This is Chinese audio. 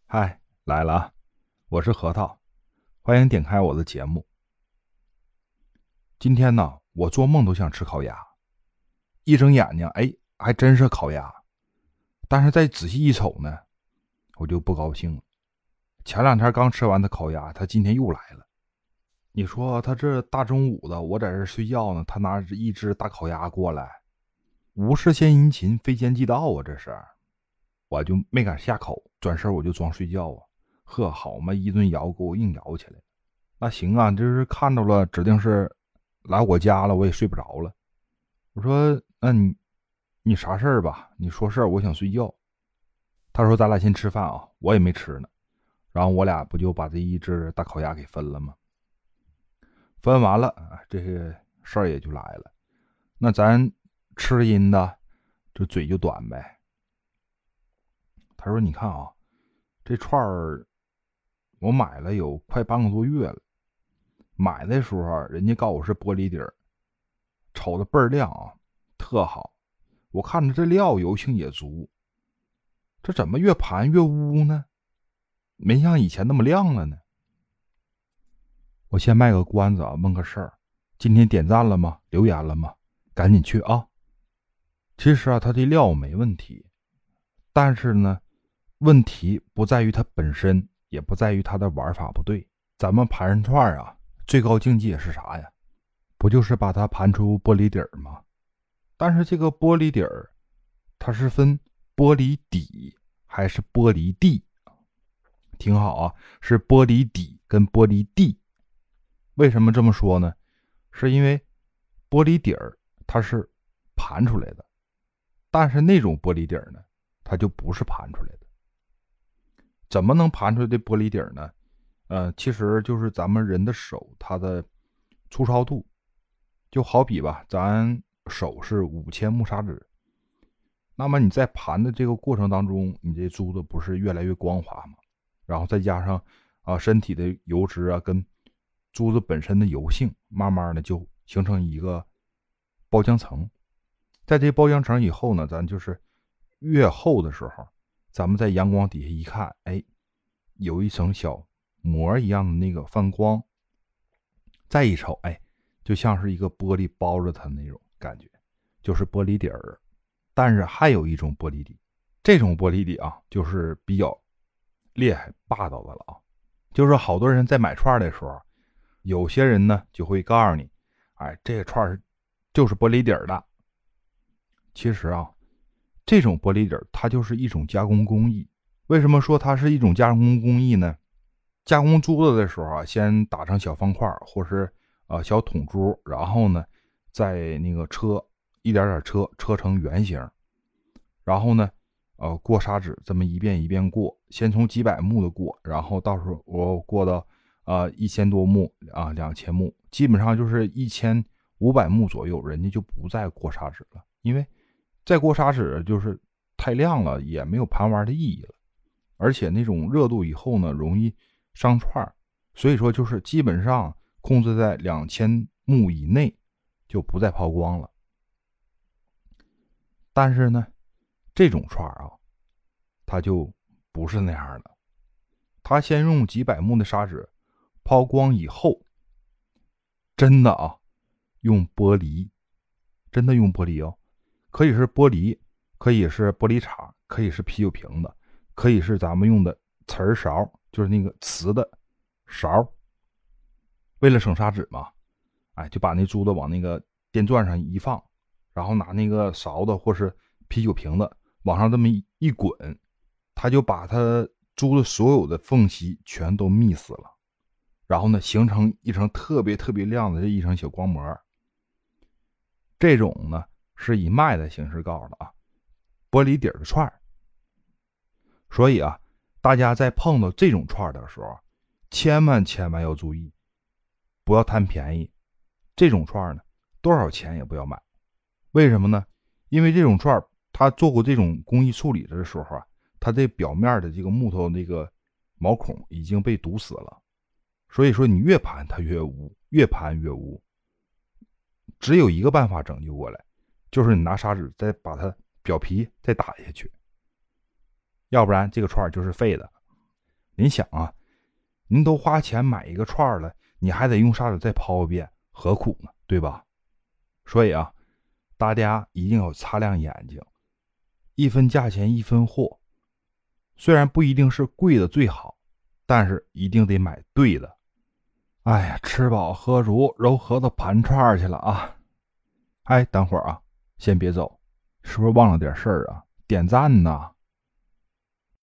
嗨，来了啊！我是核桃，欢迎点开我的节目。今天呢，我做梦都想吃烤鸭，一睁眼睛，还真是烤鸭。但是再仔细一瞅呢，我就不高兴了。前2天刚吃完的烤鸭，他今天又来了。你说他这大中午的，我在这睡觉呢，他拿一只大烤鸭过来，无事献殷勤，非奸即盗啊！这是，我就没敢下口，转身我就装睡觉啊。呵，好嘛，一顿摇给我硬摇起来。那行啊，就是看到了，指定是来我家了，我也睡不着了。我说，那你啥事儿吧？你说事儿，我想睡觉。他说咱俩先吃饭啊，我也没吃呢。然后我俩不就把这一只大烤鸭给分了吗？分完了，这些事儿也就来了。那咱吃阴的，就嘴就短呗。他说，你看啊，这串儿我买了有快半个多月了。买的时候人家告诉我是玻璃底儿，瞅着倍儿亮啊，特好。我看着这料油性也足，这怎么越盘越污呢？没像以前那么亮了呢。我先卖个关子啊，问个事儿，今天点赞了吗？留言了吗？赶紧去啊！其实啊，它这料没问题，但是呢，问题不在于它本身，也不在于它的玩法不对。咱们盘人串啊，最高境界是啥呀？不就是把它盘出玻璃底儿吗？但是这个玻璃底儿，它是分玻璃底还是玻璃地？挺好啊，是玻璃底跟玻璃地。为什么这么说呢？是因为玻璃底儿它是盘出来的，但是那种玻璃底儿呢，它就不是盘出来的。怎么能盘出来的玻璃底儿呢？其实就是咱们人的手它的粗糙度，就好比吧，咱手是5000木砂纸，那么你在盘的这个过程当中，你这珠子不是越来越光滑吗？然后再加上身体的油脂啊跟珠子本身的油性，慢慢的就形成一个包浆层。在这包浆层以后呢，咱就是越厚的时候，咱们在阳光底下一看，有一层小膜一样的那个泛光，再一瞅，就像是一个玻璃包着它那种感觉，就是玻璃底儿。但是还有一种玻璃底，这种玻璃底啊，就是比较厉害霸道的了啊。就是好多人在买串的时候，有些人呢就会告诉你，这个串就是玻璃底儿的。其实啊，这种玻璃底儿它就是一种加工工艺。为什么说它是一种加工工艺呢？加工珠子的时候啊，先打成小方块或是小筒珠，然后呢再那个一点点车成圆形，然后呢过砂纸，这么一遍一遍过，先从几百目的过，然后到时候我过到1000多目2000目，基本上就是1500目左右，人家就不再过砂纸了，因为再过砂纸就是太亮了，也没有盘玩的意义了，而且那种热度以后呢容易伤串，所以说就是基本上控制在2000目以内就不再抛光了。但是呢，这种串啊，它就不是那样的。它先用几百目的砂纸抛光以后，真的用玻璃，真的用玻璃哦，可以是玻璃，可以是玻璃碴，可以是啤酒瓶子，可以是咱们用的瓷勺，就是那个瓷的勺。为了省砂纸嘛，就把那珠子往那个电钻上一放，然后拿那个勺子或是啤酒瓶子往上这么一滚，它就把它珠子所有的缝隙全都密死了，然后呢形成一层特别特别亮的这一层小光膜。这种呢是以卖的形式告诉的玻璃底的串。所以大家在碰到这种串的时候，千万要注意，不要贪便宜。这种串呢多少钱也不要买。为什么呢？因为这种串它做过这种工艺处理的时候它这表面的这个木头那个毛孔已经被堵死了，所以说你越盘它越污，越盘越污。只有一个办法拯救过来，就是你拿砂纸再把它表皮再打下去，要不然这个串就是废的。 您想啊，您都花钱买一个串了，你还得用砂纸再泡一遍，何苦呢？对吧？所以啊，大家一定要擦亮眼睛，一分价钱一分货。虽然不一定是贵的最好，但是一定得买对的。哎呀，吃饱喝足，揉核桃盘串去了啊！哎，等会儿啊，先别走，是不是忘了点事儿啊？点赞呢？